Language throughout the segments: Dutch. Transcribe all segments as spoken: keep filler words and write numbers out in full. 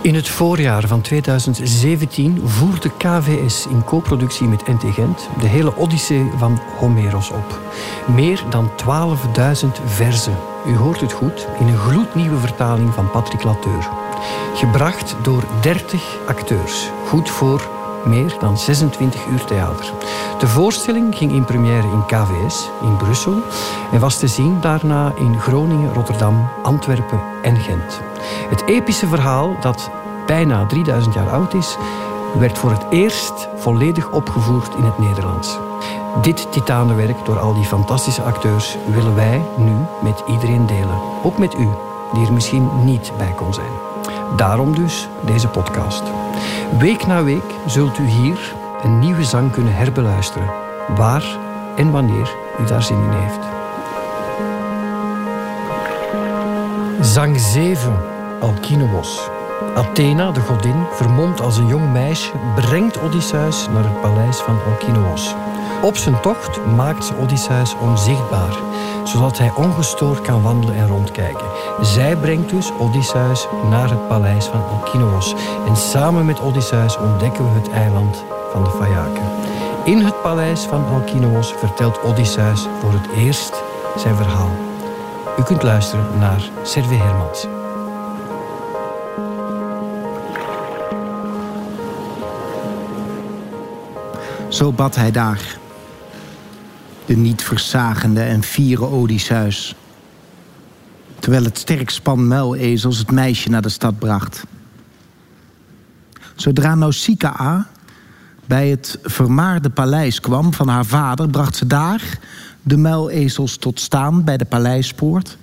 In het voorjaar van tweeduizend zeventien voerde K V S in co-productie met N T Gent de hele Odyssee van Homeros op. Meer dan twaalfduizend verzen. U hoort het goed, in een gloednieuwe vertaling van Patrick Lateur. Gebracht door dertig acteurs. Goed voor meer dan zesentwintig uur theater. De voorstelling ging in première in K V S, in Brussel, en was te zien daarna in Groningen, Rotterdam, Antwerpen en Gent. Het epische verhaal, dat bijna drieduizend jaar oud is, werd voor het eerst volledig opgevoerd in het Nederlands. Dit titanenwerk door al die fantastische acteurs willen wij nu met iedereen delen. Ook met u, die er misschien niet bij kon zijn. Daarom dus deze podcast. Week na week zult u hier een nieuwe zang kunnen herbeluisteren, waar en wanneer u daar zin in heeft. Zang zeven, Alkinoos. Athena, de godin, vermomd als een jong meisje, brengt Odysseus naar het paleis van Alkinoos. Op zijn tocht maakt ze Odysseus onzichtbaar, zodat hij ongestoord kan wandelen en rondkijken. Zij brengt dus Odysseus naar het paleis van Alkinoos. En samen met Odysseus ontdekken we het eiland van de Phaeaken. In het paleis van Alkinoos vertelt Odysseus voor het eerst zijn verhaal. U kunt luisteren naar Servé Hermans. Zo bad hij daar, de niet verzagende en fiere Odysseus, terwijl het sterk span muilezels het meisje naar de stad bracht. Zodra Nausicaa bij het vermaarde paleis kwam van haar vader, bracht ze daar de muilezels tot staan bij de paleispoort.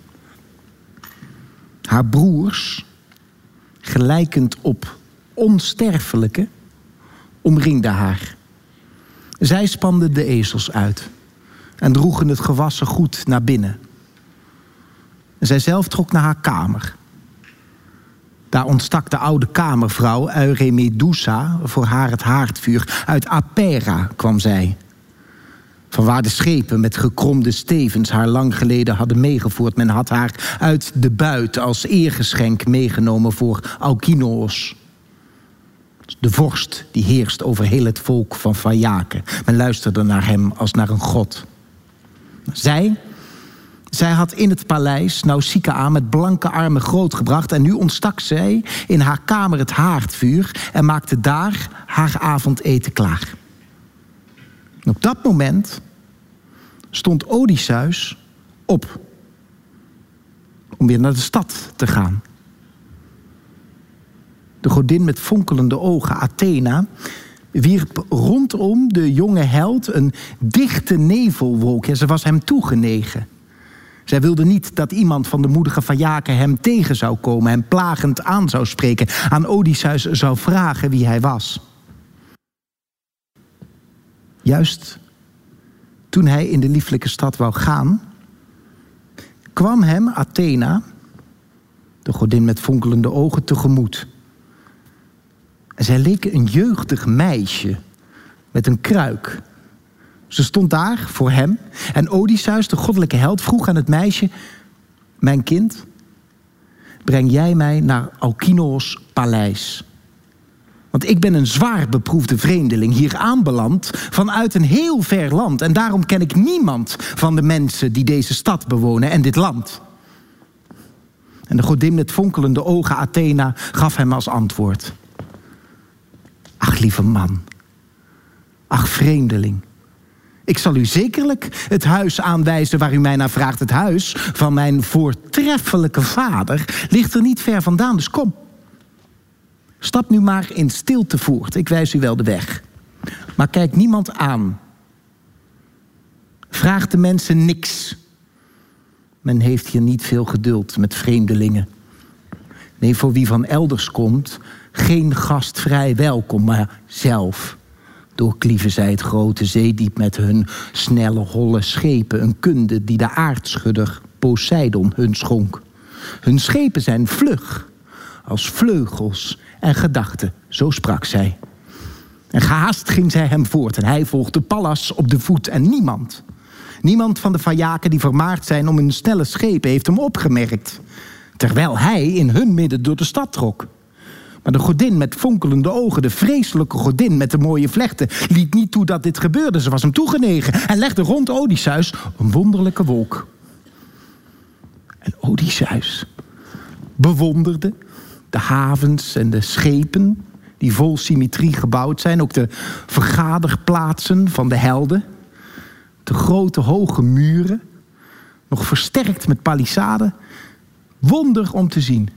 Haar broers, gelijkend op onsterfelijke, omringden haar. Zij spanden de ezels uit en droegen het gewassen goed naar binnen. Zij zelf trok naar haar kamer. Daar ontstak de oude kamervrouw Eurymedusa voor haar het haardvuur. Uit Apera kwam zij, vanwaar de schepen met gekromde stevens haar lang geleden hadden meegevoerd. Men had haar uit de buit als eergeschenk meegenomen voor Alkinoos, de vorst die heerst over heel het volk van Phaeaken. Men luisterde naar hem als naar een god. Zij, zij had in het paleis Nausicaa met blanke armen grootgebracht, en nu ontstak zij in haar kamer het haardvuur en maakte daar haar avondeten klaar. En op dat moment stond Odysseus op om weer naar de stad te gaan. De godin met fonkelende ogen, Athena, wierp rondom de jonge held een dichte nevelwolk. Ja, ze was hem toegenegen. Zij wilde niet dat iemand van de moedige Phaeaken hem tegen zou komen, hem plagend aan zou spreken, aan Odysseus zou vragen wie hij was. Juist toen hij in de lieflijke stad wou gaan, kwam hem Athena, de godin met fonkelende ogen, tegemoet. En zij leek een jeugdig meisje met een kruik. Ze stond daar voor hem en Odysseus, de goddelijke held, vroeg aan het meisje: mijn kind, breng jij mij naar Alkinoos paleis. Want ik ben een zwaar beproefde vreemdeling hier aanbeland vanuit een heel ver land. En daarom ken ik niemand van de mensen die deze stad bewonen en dit land. En de godin met fonkelende ogen, Athena, gaf hem als antwoord: ach, lieve man, ach, vreemdeling, ik zal u zekerlijk het huis aanwijzen waar u mij naar vraagt. Het huis van mijn voortreffelijke vader ligt er niet ver vandaan, dus kom. Stap nu maar in stilte voort, ik wijs u wel de weg. Maar kijk niemand aan. Vraag de mensen niks. Men heeft hier niet veel geduld met vreemdelingen. Nee, voor wie van elders komt, geen gastvrij welkom, maar zelf doorklieven zij het grote zeediep met hun snelle, holle schepen, een kunde die de aardschudder Poseidon hun schonk. Hun schepen zijn vlug als vleugels en gedachten, zo sprak zij. En gehaast ging zij hem voort en hij volgde Pallas op de voet. En niemand, niemand van de Phaeaken die vermaard zijn om hun snelle schepen heeft hem opgemerkt, terwijl hij in hun midden door de stad trok. Maar de godin met fonkelende ogen, de vreselijke godin met de mooie vlechten, liet niet toe dat dit gebeurde. Ze was hem toegenegen en legde rond Odysseus een wonderlijke wolk. En Odysseus bewonderde de havens en de schepen die vol symmetrie gebouwd zijn. Ook de vergaderplaatsen van de helden. De grote hoge muren, nog versterkt met palissaden. Wonder om te zien.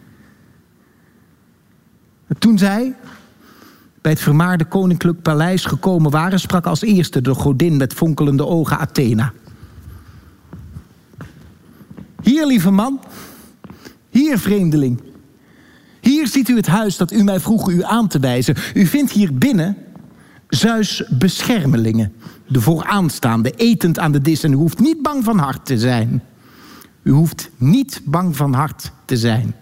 Toen zij bij het vermaarde koninklijk paleis gekomen waren, sprak als eerste de godin met fonkelende ogen Athena. Hier, lieve man. Hier, vreemdeling. Hier ziet u het huis dat u mij vroeg u aan te wijzen. U vindt hier binnen Zeus' beschermelingen. De vooraanstaande, etend aan de dis. En u hoeft niet bang van hart te zijn. U hoeft niet bang van hart te zijn.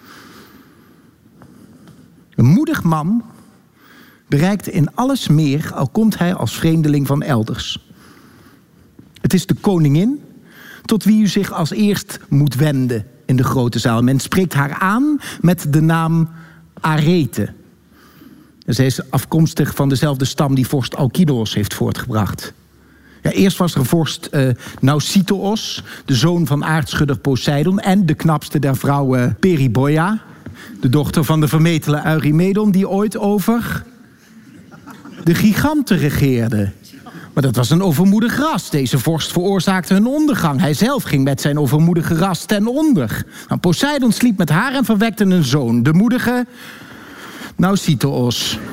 Een moedig man bereikt in alles meer, al komt hij als vreemdeling van elders. Het is de koningin tot wie u zich als eerst moet wenden in de grote zaal. Men spreekt haar aan met de naam Arete. Zij is afkomstig van dezelfde stam die vorst Alkinoos heeft voortgebracht. Ja, eerst was er vorst uh, Nausithous, de zoon van aardschudder Poseidon, en de knapste der vrouwen Periboia, de dochter van de vermetele Eurymedon, die ooit over de giganten regeerde. Maar dat was een overmoedig ras. Deze vorst veroorzaakte hun ondergang. Hij zelf ging met zijn overmoedige ras ten onder. Nou, Poseidon sliep met haar en verwekte een zoon, de moedige Nausithous.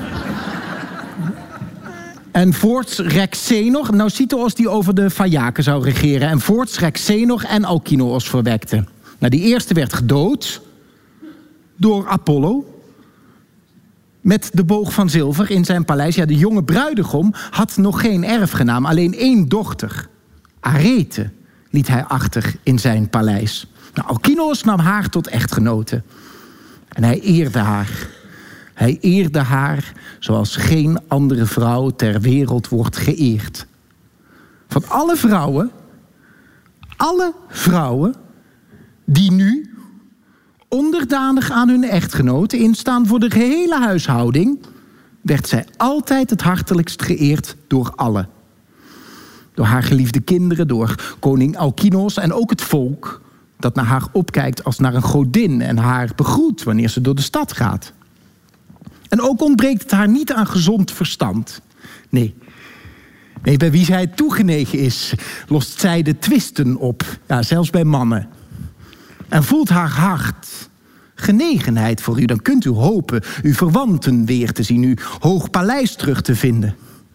En voorts Rhexenor, Nausithous die over de Phaeaken zou regeren. En voorts Rhexenor en Alkinoos verwekte. Nou, die eerste werd gedood door Apollo met de boog van zilver in zijn paleis. Ja, de jonge bruidegom had nog geen erfgenaam, alleen één dochter. Arete liet hij achter in zijn paleis. Nou, Alkinoos nam haar tot echtgenote. En hij eerde haar. Hij eerde haar zoals geen andere vrouw ter wereld wordt geëerd. Van alle vrouwen, alle vrouwen die nu onderdanig aan hun echtgenoten instaan voor de gehele huishouding, werd zij altijd het hartelijkst geëerd door allen. Door haar geliefde kinderen, door koning Alkinoos en ook het volk dat naar haar opkijkt als naar een godin en haar begroet wanneer ze door de stad gaat. En ook ontbreekt het haar niet aan gezond verstand. Nee, nee, bij wie zij toegenegen is, lost zij de twisten op. Ja, zelfs bij mannen. En voelt haar hart genegenheid voor u, dan kunt u hopen uw verwanten weer te zien, uw hoog paleis terug te vinden.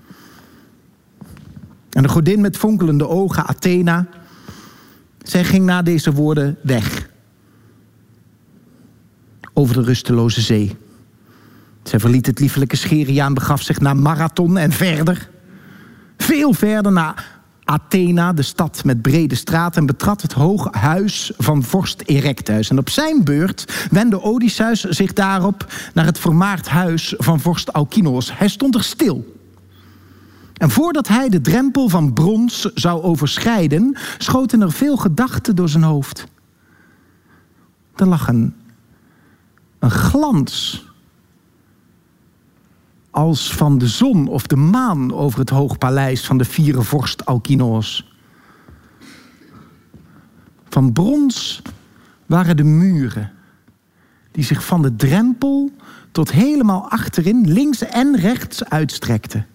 En de godin met fonkelende ogen, Athena, zij ging na deze woorden weg. Over de rusteloze zee. Zij verliet het liefelijke Scheria en begaf zich naar Marathon en verder. Veel verder naar Athena, de stad met brede straten, en betrad het hoge huis van vorst Erechteus. En op zijn beurt wendde Odysseus zich daarop naar het vermaard huis van vorst Alkinoos. Hij stond er stil. En voordat hij de drempel van brons zou overschrijden, schoten er veel gedachten door zijn hoofd. Er lag een, een glans als van de zon of de maan over het hoogpaleis van de fiere vorst Alkinoos. Van brons waren de muren, die zich van de drempel tot helemaal achterin, links en rechts uitstrekten.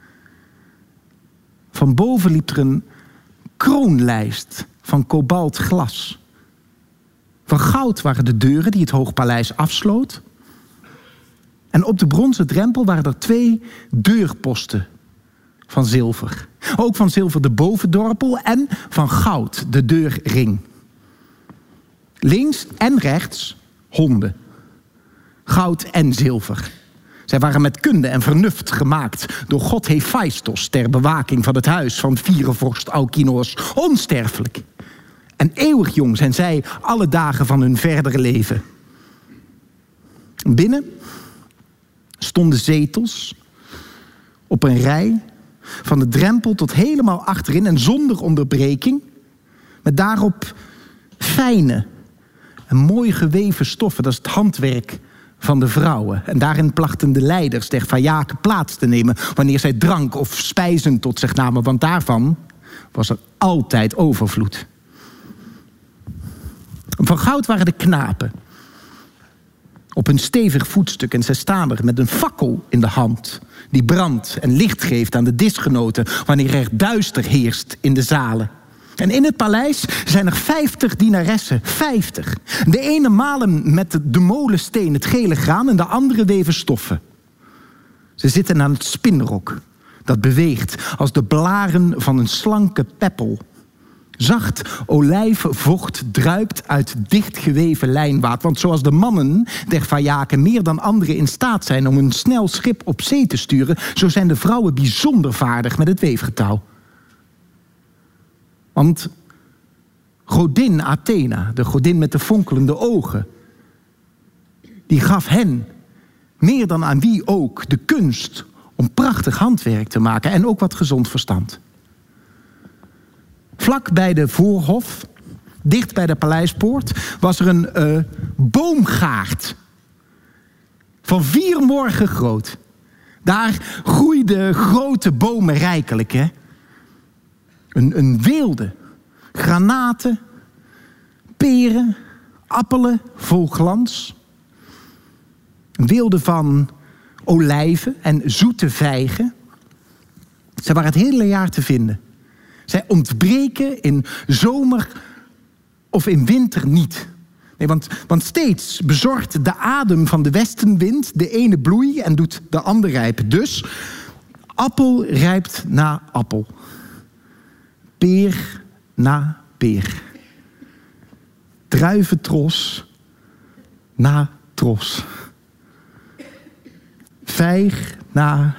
Van boven liep er een kroonlijst van kobalt glas. Van goud waren de deuren die het hoogpaleis afsloot. En op de bronzen drempel waren er twee deurposten van zilver. Ook van zilver de bovendorpel en van goud de deurring. Links en rechts honden. Goud en zilver. Zij waren met kunde en vernuft gemaakt door god Hephaistos ter bewaking van het huis van fiere vorst Alkinoos. Onsterfelijk. En eeuwig jong zijn zij alle dagen van hun verdere leven. Binnen stonden zetels op een rij, van de drempel tot helemaal achterin en zonder onderbreking, met daarop fijne en mooi geweven stoffen. Dat is het handwerk van de vrouwen. En daarin plachten de leiders der Vajaken plaats te nemen wanneer zij drank of spijzen tot zich namen, want daarvan was er altijd overvloed. Van goud waren de knapen op een stevig voetstuk en zij staan er met een fakkel in de hand die brandt en licht geeft aan de disgenoten wanneer er duister heerst in de zalen. En in het paleis zijn er vijftig dienaressen, vijftig. De ene malen met de molensteen het gele graan en de andere weven stoffen. Ze zitten aan het spinrok dat beweegt als de blaren van een slanke peppel. Zacht olijfvocht druipt uit dichtgeweven lijnwaad. Want zoals de mannen der Vajaken meer dan anderen in staat zijn om een snel schip op zee te sturen, zo zijn de vrouwen bijzonder vaardig met het weefgetouw. Want godin Athena, de godin met de fonkelende ogen, die gaf hen, meer dan aan wie ook, de kunst om prachtig handwerk te maken en ook wat gezond verstand. Vlak bij de voorhof, dicht bij de paleispoort, was er een uh, boomgaard van vier morgen groot. Daar groeiden grote bomen rijkelijk, hè? Een, een weelde, granaten, peren, appelen vol glans. Een weelde van olijven en zoete vijgen. Ze waren het hele jaar te vinden. Zij ontbreken in zomer of in winter niet. Nee, want, want steeds bezorgt de adem van de westenwind de ene bloei en doet de ander rijpen. Dus appel rijpt na appel. Peer na peer. Druiventros na tros. Vijg na...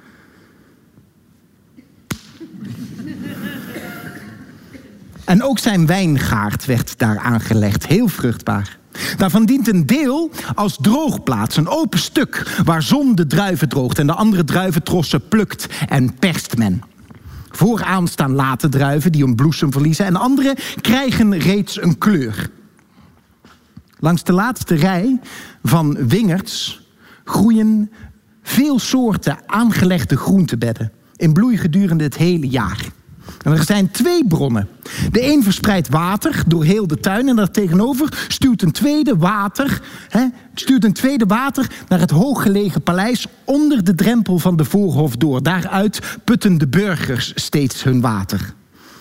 En ook zijn wijngaard werd daar aangelegd, heel vruchtbaar. Daarvan dient een deel als droogplaats, een open stuk waar zon de druiven droogt en de andere druiventrossen plukt en perst men. Vooraan staan late druiven die hun bloesem verliezen en andere krijgen reeds een kleur. Langs de laatste rij van wingerds groeien veel soorten aangelegde groentebedden in bloei gedurende het hele jaar. En er zijn twee bronnen. De een verspreidt water door heel de tuin en daartegenover stuurt een tweede water, hè, stuurt een tweede water naar het hooggelegen paleis onder de drempel van de voorhof door. Daaruit putten de burgers steeds hun water.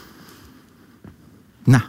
Nou,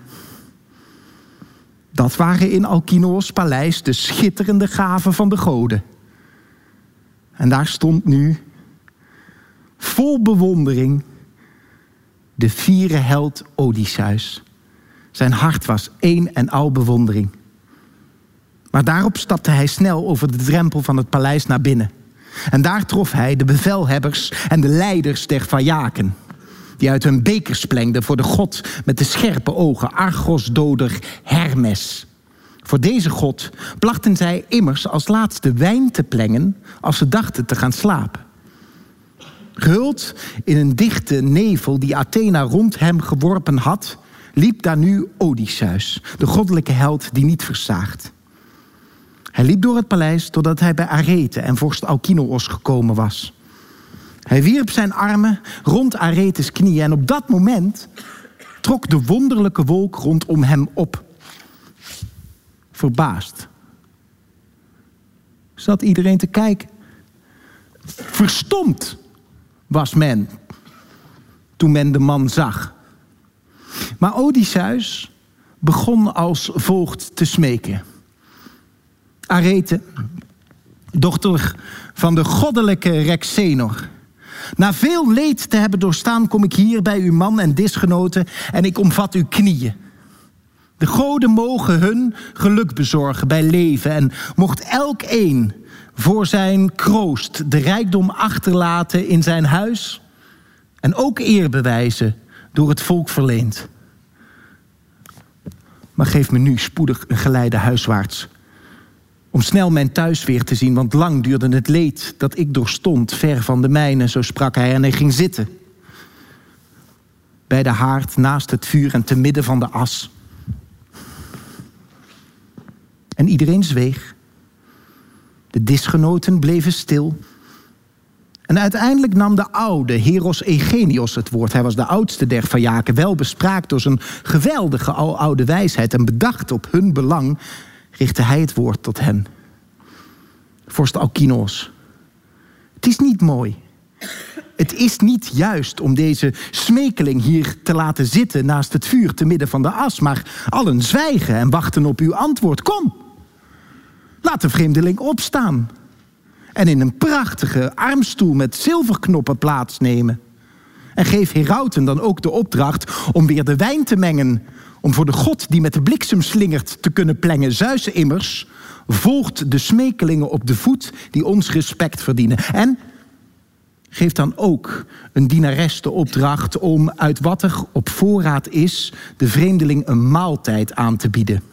dat waren in Alkinoos paleis de schitterende gaven van de goden. En daar stond nu, vol bewondering, de fiere held Odysseus. Zijn hart was één en al bewondering. Maar daarop stapte hij snel over de drempel van het paleis naar binnen. En daar trof hij de bevelhebbers en de leiders der Vajaken, die uit hun bekers splengden voor de god met de scherpe ogen, Argosdoder Hermes. Voor deze god plachten zij immers als laatste wijn te plengen als ze dachten te gaan slapen. Gehuld in een dichte nevel die Athena rond hem geworpen had, liep daar nu Odysseus, de goddelijke held die niet versaagt. Hij liep door het paleis totdat hij bij Arete en vorst Alkinoos gekomen was. Hij wierp zijn armen rond Aretes knieën en op dat moment trok de wonderlijke wolk rondom hem op. Verbaasd zat iedereen te kijken. Verstomd was men toen men de man zag. Maar Odysseus begon als volgt te smeken. Arete, dochter van de goddelijke Rexenor, na veel leed te hebben doorstaan, kom ik hier bij uw man en disgenoten en ik omvat uw knieën. De goden mogen hun geluk bezorgen bij leven en mocht elk een voor zijn kroost de rijkdom achterlaten in zijn huis en ook eer bewijzen door het volk verleend. Maar geef me nu spoedig een geleide huiswaarts, om snel mijn thuis weer te zien, want lang duurde het leed dat ik doorstond, ver van de mijne, zo sprak hij en hij ging zitten. Bij de haard, naast het vuur en te midden van de as. En iedereen zweeg. De disgenoten bleven stil. En uiteindelijk nam de oude Heros Eugenios het woord. Hij was de oudste der Phaiaken, wel bespraakt door zijn geweldige oude wijsheid. En bedacht op hun belang richtte hij het woord tot hen. Vorst Alkinos, het is niet mooi. Het is niet juist om deze smekeling hier te laten zitten naast het vuur te midden van de as. Maar allen zwijgen en wachten op uw antwoord. Kom, laat de vreemdeling opstaan. En in een prachtige armstoel met zilverknoppen plaatsnemen. En geef herauten dan ook de opdracht om weer de wijn te mengen. Om voor de God die met de bliksem slingert te kunnen plengen. Zeus immers volgt de smekelingen op de voet die ons respect verdienen. En geef dan ook een dienares de opdracht om uit wat er op voorraad is de vreemdeling een maaltijd aan te bieden.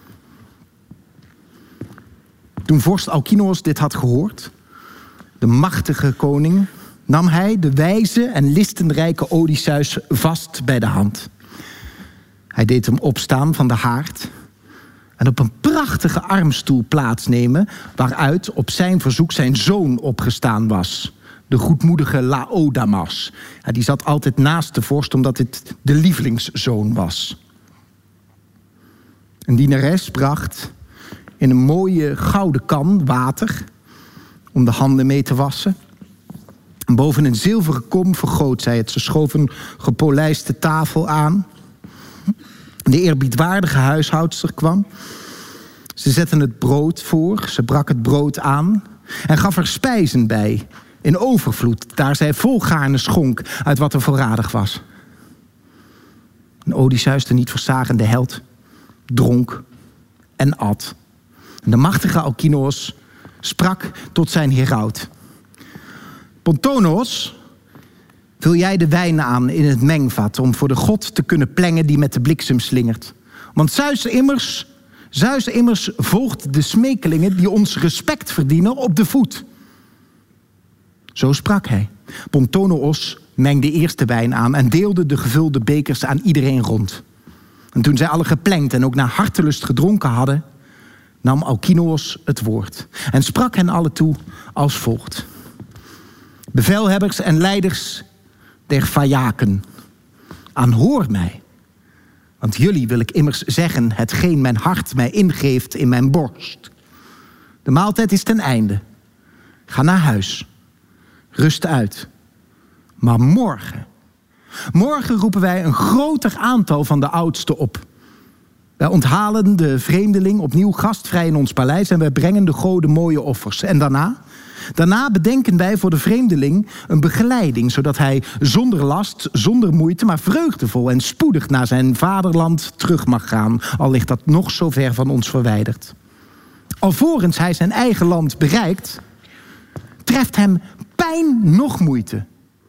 Toen vorst Alkinos dit had gehoord, de machtige koning, nam hij de wijze en listenrijke Odysseus vast bij de hand. Hij deed hem opstaan van de haard en op een prachtige armstoel plaatsnemen, waaruit op zijn verzoek zijn zoon opgestaan was, de goedmoedige Laodamas. Ja, die zat altijd naast de vorst, omdat dit de lievelingszoon was. Een dienares bracht in een mooie gouden kan water om de handen mee te wassen. En boven een zilveren kom vergoot zij het. Ze schoof een gepolijste tafel aan. De eerbiedwaardige huishoudster kwam. Ze zette het brood voor, ze brak het brood aan en gaf er spijzen bij in overvloed, daar zij volgaarne schonk uit wat er voorradig was. En Odysseus, de niet verzagende held, dronk en at. En de machtige Alkinos sprak tot zijn heraut. Pontonos, vul jij de wijn aan in het mengvat om voor de God te kunnen plengen die met de bliksem slingert. Want Zeus immers, Zeus immers volgt de smekelingen die ons respect verdienen op de voet. Zo sprak hij. Pontonos mengde eerst de wijn aan en deelde de gevulde bekers aan iedereen rond. En toen zij alle geplengd en ook naar hartelust gedronken hadden, nam Alkinos het woord en sprak hen allen toe als volgt. Bevelhebbers en leiders der Phaiaken, aanhoor mij. Want jullie wil ik immers zeggen hetgeen mijn hart mij ingeeft in mijn borst. De maaltijd is ten einde. Ga naar huis. Rust uit. Maar morgen, morgen roepen wij een groter aantal van de oudsten op. Wij onthalen de vreemdeling opnieuw gastvrij in ons paleis en wij brengen de goden mooie offers. En daarna, daarna bedenken wij voor de vreemdeling een begeleiding, zodat hij zonder last, zonder moeite, maar vreugdevol en spoedig naar zijn vaderland terug mag gaan, al ligt dat nog zo ver van ons verwijderd. Alvorens hij zijn eigen land bereikt, treft hem pijn nog moeite.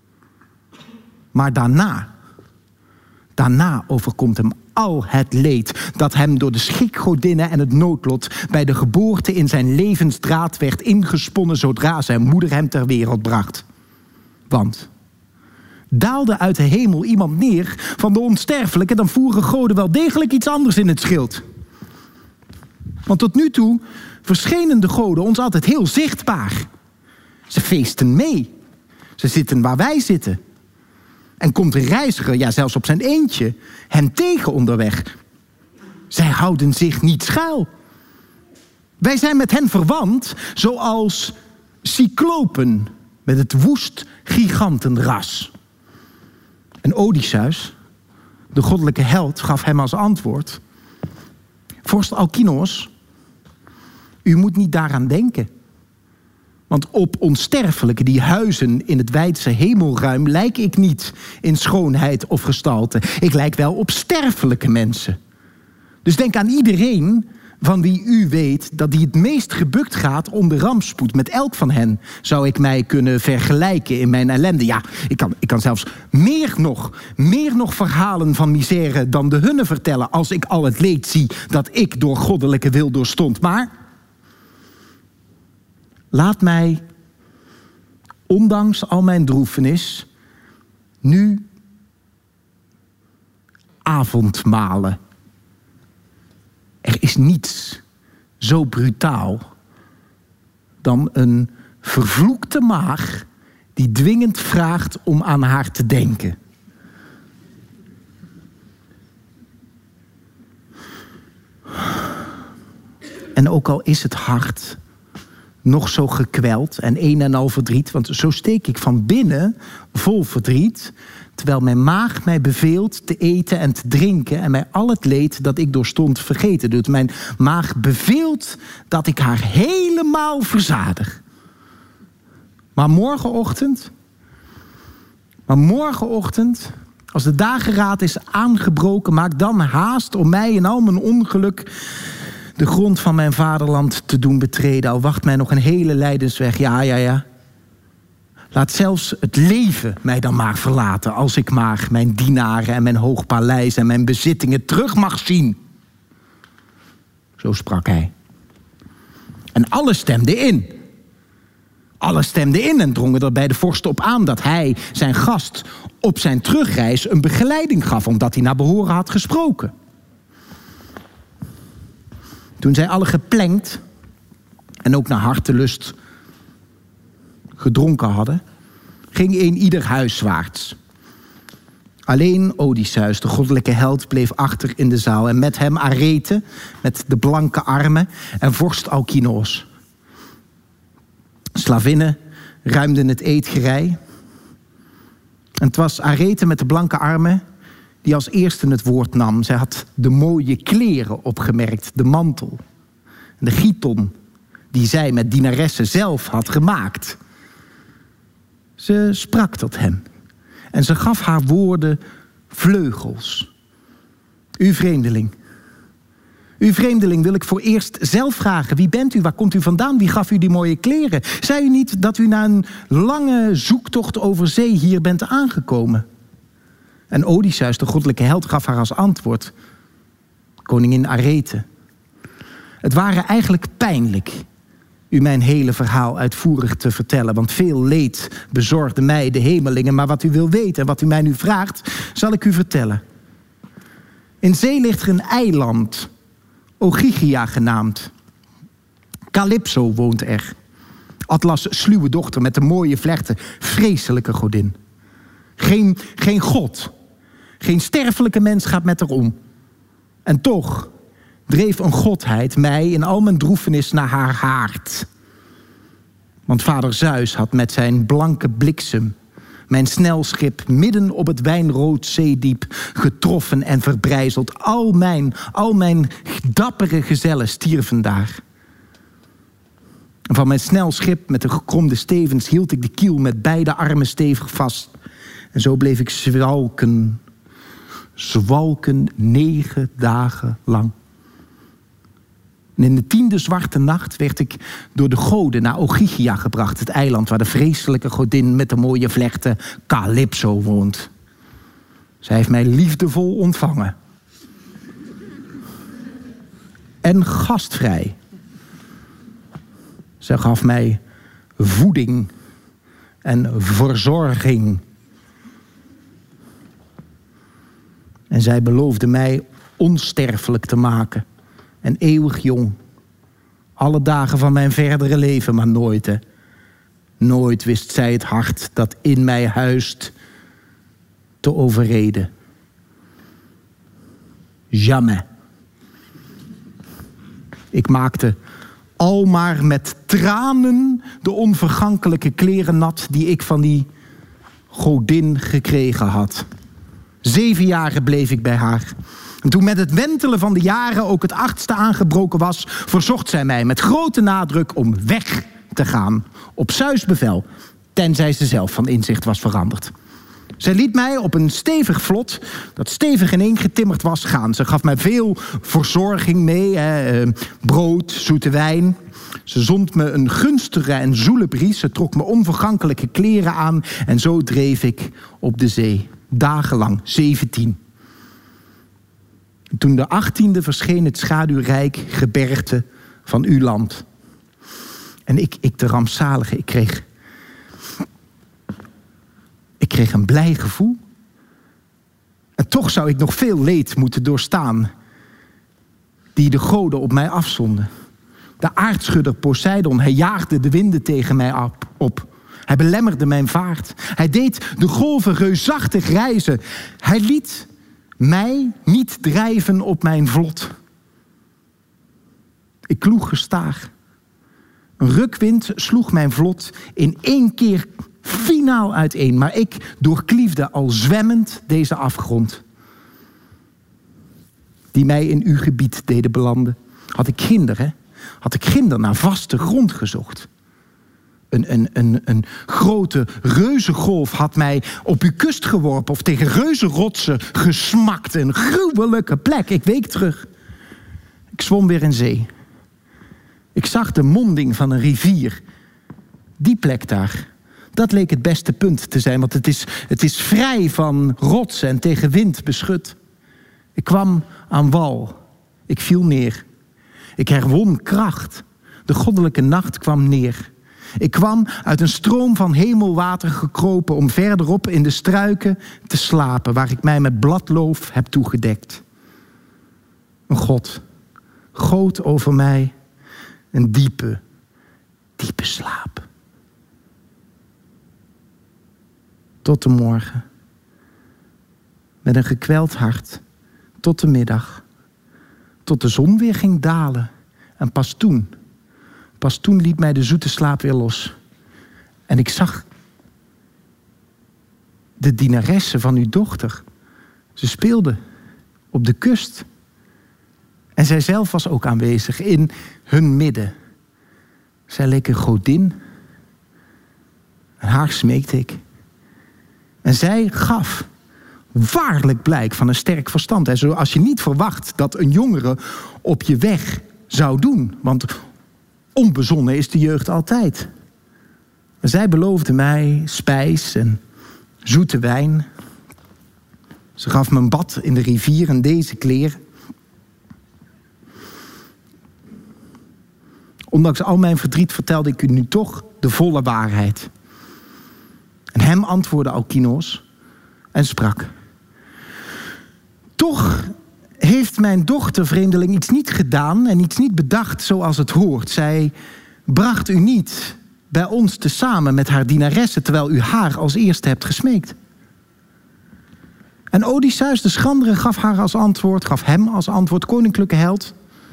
Maar daarna, daarna overkomt hem al het leed dat hem door de schrikgodinnen en het noodlot bij de geboorte in zijn levensdraad werd ingesponnen zodra zijn moeder hem ter wereld bracht. Want daalde uit de hemel iemand neer van de onsterfelijke, dan voeren goden wel degelijk iets anders in het schild. Want tot nu toe verschenen de goden ons altijd heel zichtbaar. Ze feesten mee. Ze zitten waar wij zitten. En komt een reiziger, ja zelfs op zijn eentje, hen tegen onderweg. Zij houden zich niet schuil. Wij zijn met hen verwant, zoals cyclopen met het woest gigantenras. En Odysseus, de goddelijke held, gaf hem als antwoord: vorst Alkinos, u moet niet daaraan denken. Want op onsterfelijke die huizen in het wijdse hemelruim lijk ik niet in schoonheid of gestalte. Ik lijk wel op sterfelijke mensen. Dus denk aan iedereen van wie u weet dat die het meest gebukt gaat onder rampspoed. Met elk van hen zou ik mij kunnen vergelijken in mijn ellende. Ja, ik kan, ik kan zelfs meer nog, meer nog verhalen van misère dan de hunne vertellen, als ik al het leed zie dat ik door goddelijke wil doorstond. Maar laat mij, ondanks al mijn droefenis, nu avondmalen. Er is niets zo brutaal dan een vervloekte maag die dwingend vraagt om aan haar te denken. En ook al is het hart nog zo gekweld en een en al verdriet, want zo steek ik van binnen vol verdriet, terwijl mijn maag mij beveelt te eten en te drinken en mij al het leed dat ik doorstond vergeten doet. Mijn maag beveelt dat ik haar helemaal verzadig. Maar morgenochtend, maar morgenochtend, als de dageraad is aangebroken, maak dan haast om mij in al mijn ongeluk de grond van mijn vaderland te doen betreden. Al wacht mij nog een hele lijdensweg. Ja, ja, ja. Laat zelfs het leven mij dan maar verlaten, als ik maar mijn dienaren en mijn hoog paleis en mijn bezittingen terug mag zien. Zo sprak hij. En alles stemde in. Alles stemde in en drongen er bij de vorst op aan dat hij zijn gast op zijn terugreis een begeleiding gaf, omdat hij naar behoren had gesproken. Toen zij alle geplenkt en ook naar hartelust gedronken hadden, ging een ieder huiswaarts. Alleen Odysseus, de goddelijke held, bleef achter in de zaal. En met hem Arete, met de blanke armen, en vorst Alkinoos. Slavinnen ruimden het eetgerei. En het was Arete met de blanke armen die als eerste het woord nam. Zij had de mooie kleren opgemerkt, de mantel. En de chiton die zij met dienaressen zelf had gemaakt. Ze sprak tot hem. En ze gaf haar woorden vleugels. U vreemdeling. U vreemdeling wil ik voor eerst zelf vragen. Wie bent u? Waar komt u vandaan? Wie gaf u die mooie kleren? Zei u niet dat u na een lange zoektocht over zee hier bent aangekomen? En Odysseus, de goddelijke held, gaf haar als antwoord: koningin Arete, het ware eigenlijk pijnlijk u mijn hele verhaal uitvoerig te vertellen, want veel leed bezorgde mij, de hemelingen. Maar wat u wil weten en wat u mij nu vraagt, zal ik u vertellen. In zee ligt er een eiland, Ogygia genaamd. Calypso woont er. Atlas' sluwe dochter met de mooie vlechten, vreselijke godin. Geen, geen god, geen sterfelijke mens gaat met haar om. En toch dreef een godheid mij in al mijn droefenis naar haar haard. Want vader Zeus had met zijn blanke bliksem mijn snelschip midden op het wijnrood zeediep getroffen en verbrijzeld. Al mijn, al mijn dappere gezellen stierven daar. En van mijn snel schip met de gekromde stevens hield ik de kiel met beide armen stevig vast. En zo bleef ik zwalken, zwalken negen dagen lang. En in de tiende zwarte nacht werd ik door de goden naar Ogygia gebracht. Het eiland waar de vreselijke godin met de mooie vlechten Calypso woont. Zij heeft mij liefdevol ontvangen. En gastvrij. Zij gaf mij voeding en verzorging. En zij beloofde mij onsterfelijk te maken. En eeuwig jong. Alle dagen van mijn verdere leven, maar nooit, hè. Nooit wist zij het hart dat in mij huist te overreden. Jamais. Ik maakte almaar met tranen de onvergankelijke kleren nat die ik van die godin gekregen had. Zeven jaren bleef ik bij haar. En toen met het wentelen van de jaren ook het achtste aangebroken was, verzocht zij mij met grote nadruk om weg te gaan. Op Zeus' bevel, tenzij ze zelf van inzicht was veranderd. Zij liet mij op een stevig vlot, dat stevig ineengetimmerd was, gaan. Ze gaf mij veel verzorging mee, hè, brood, zoete wijn. Ze zond me een gunstige en zoele bries. Ze trok me onvergankelijke kleren aan. En zo dreef ik op de zee, dagenlang, zeventien. Toen de achttiende verscheen het schaduwrijk gebergte van uw land. En ik, ik de rampzalige, ik kreeg... Ik kreeg een blij gevoel. En toch zou ik nog veel leed moeten doorstaan die de goden op mij afzonden. De aardschudder Poseidon, hij jaagde de winden tegen mij op. Hij belemmerde mijn vaart. Hij deed de golven reusachtig rijzen. Hij liet mij niet drijven op mijn vlot. Ik kloeg gestaag. Een rukwind sloeg mijn vlot in één keer finaal uiteen. Maar ik doorkliefde al zwemmend deze afgrond, die mij in uw gebied deden belanden. Had ik ginder, hè? Had ik ginder naar vaste grond gezocht. Een, een, een, een grote reuzengolf had mij op uw kust geworpen of tegen reuzenrotsen gesmakt. Een gruwelijke plek. Ik week terug. Ik zwom weer in zee. Ik zag de monding van een rivier. Die plek daar, dat leek het beste punt te zijn, want het is, het is vrij van rotsen en tegen wind beschut. Ik kwam aan wal. Ik viel neer. Ik herwon kracht. De goddelijke nacht kwam neer. Ik kwam uit een stroom van hemelwater gekropen om verderop in de struiken te slapen, waar ik mij met bladloof heb toegedekt. Een God goot over mij een diepe, diepe slaap. Tot de morgen. Met een gekweld hart. Tot de middag. Tot de zon weer ging dalen. En pas toen, pas toen liet mij de zoete slaap weer los. En ik zag de dienaresse van uw dochter. Ze speelde op de kust. En zij zelf was ook aanwezig in hun midden. Zij leek een godin. En haar smeekte ik. En zij gaf waarlijk blijk van een sterk verstand. En zoals je niet verwacht dat een jongere op je weg zou doen. Want onbezonnen is de jeugd altijd. Maar zij beloofde mij spijs en zoete wijn. Ze gaf me een bad in de rivier en deze kleren. Ondanks al mijn verdriet vertelde ik u nu toch de volle waarheid. En hem antwoordde Alkinoos en sprak: toch heeft mijn dochter, vreemdeling, iets niet gedaan en iets niet bedacht zoals het hoort. Zij bracht u niet bij ons tezamen met haar dienaresse, terwijl u haar als eerste hebt gesmeekt. En Odysseus de schrandere gaf haar als antwoord, gaf hem als antwoord: koninklijke held,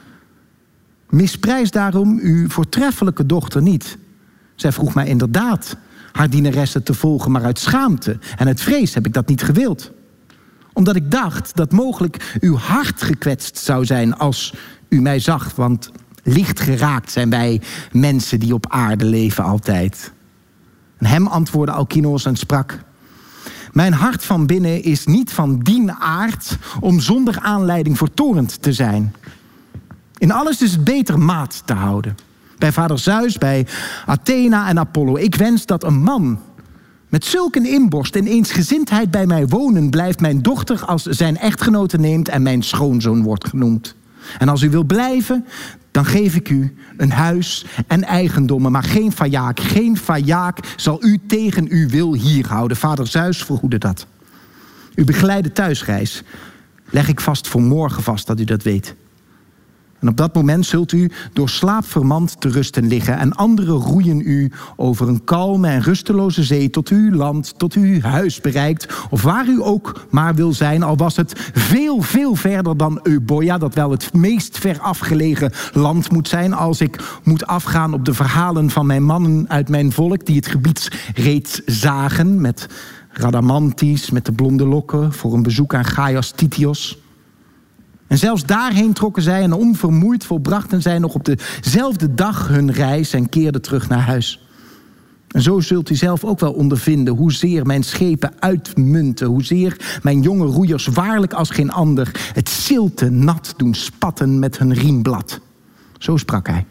misprijs daarom uw voortreffelijke dochter niet. Zij vroeg mij inderdaad haar dienaresse te volgen, maar uit schaamte en uit vrees heb ik dat niet gewild. Omdat ik dacht dat mogelijk uw hart gekwetst zou zijn als u mij zag, want licht geraakt zijn wij mensen die op aarde leven altijd. En hem antwoordde Alkinoos en sprak: mijn hart van binnen is niet van dien aard om zonder aanleiding vertorend te zijn. In alles is het beter maat te houden. Bij vader Zeus, bij Athena en Apollo. Ik wens dat een man met zulk een inborst en eensgezindheid bij mij wonen blijft, mijn dochter als zijn echtgenote neemt en mijn schoonzoon wordt genoemd. En als u wil blijven, dan geef ik u een huis en eigendommen, maar geen vajaak. Geen vajaak zal u tegen uw wil hier houden. Vader Zeus verhoede dat. Uw begeleide thuisreis leg ik vast voor morgen vast, dat u dat weet. En op dat moment zult u door slaap vermand te rusten liggen en anderen roeien u over een kalme en rusteloze zee tot u uw land, tot u uw huis bereikt, of waar u ook maar wil zijn, al was het veel, veel verder dan Euboea, dat wel het meest ver afgelegen land moet zijn, als ik moet afgaan op de verhalen van mijn mannen uit mijn volk, die het gebied reeds zagen, met Radamantis, met de blonde lokken, voor een bezoek aan Gaius Titios. En zelfs daarheen trokken zij en onvermoeid volbrachten zij nog op dezelfde dag hun reis en keerden terug naar huis. En zo zult u zelf ook wel ondervinden hoezeer mijn schepen uitmunten, hoezeer mijn jonge roeiers waarlijk als geen ander het zilte nat doen spatten met hun riemblad. Zo sprak hij.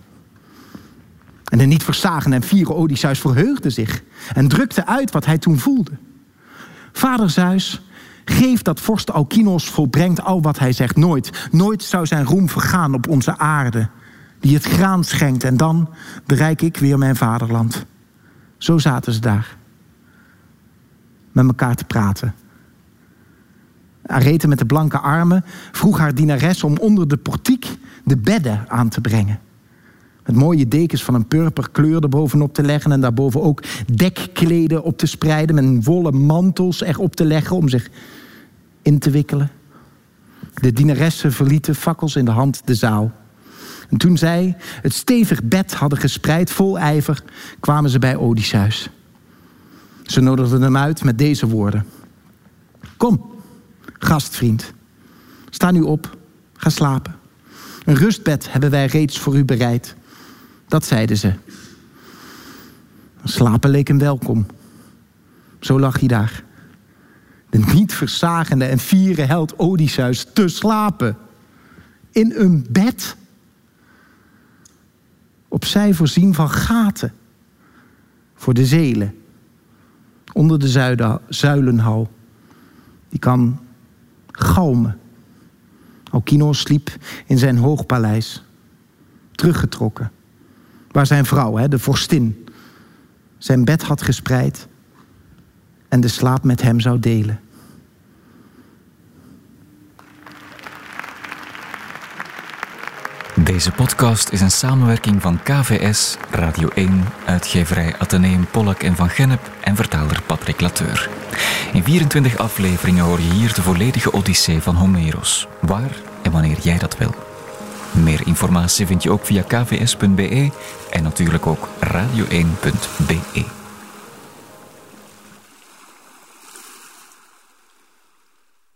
En de niet versagen en fiere Odysseus verheugde zich en drukte uit wat hij toen voelde. Vader Zeus, geef dat vorst Alkinoos volbrengt al wat hij zegt. Nooit, nooit zou zijn roem vergaan op onze aarde, die het graan schenkt. En dan bereik ik weer mijn vaderland. Zo zaten ze daar, met elkaar te praten. Arete met de blanke armen vroeg haar dienares om onder de portiek de bedden aan te brengen. Met mooie dekens van een purperkleur erbovenop te leggen en daarboven ook dekkleden op te spreiden. Met wollen mantels erop te leggen om zich in te wikkelen. De dienaressen verlieten fakkels in de hand de zaal. En toen zij het stevig bed hadden gespreid vol ijver, kwamen ze bij Odysseus. Ze nodigden hem uit met deze woorden. Kom, gastvriend, sta nu op, ga slapen. Een rustbed hebben wij reeds voor u bereid. Dat zeiden ze. Slapen leek hem welkom. Zo lag hij daar. De niet verzagende en fiere held Odysseus te slapen. In een bed. Opzij voorzien van gaten. Voor de zelen. Onder de zuiden, zuilenhal. Die kan galmen. Alkinoos sliep in zijn hoogpaleis. Teruggetrokken. Waar zijn vrouw, de vorstin, zijn bed had gespreid en de slaap met hem zou delen. Deze podcast is een samenwerking van K V S, Radio één, uitgeverij Atheneum Pollack en Van Gennep en vertaler Patrick Lateur. In vierentwintig afleveringen hoor je hier de volledige Odyssee van Homeros, waar en wanneer jij dat wil. Meer informatie vind je ook via k v s punt b e en natuurlijk ook radio één punt b e.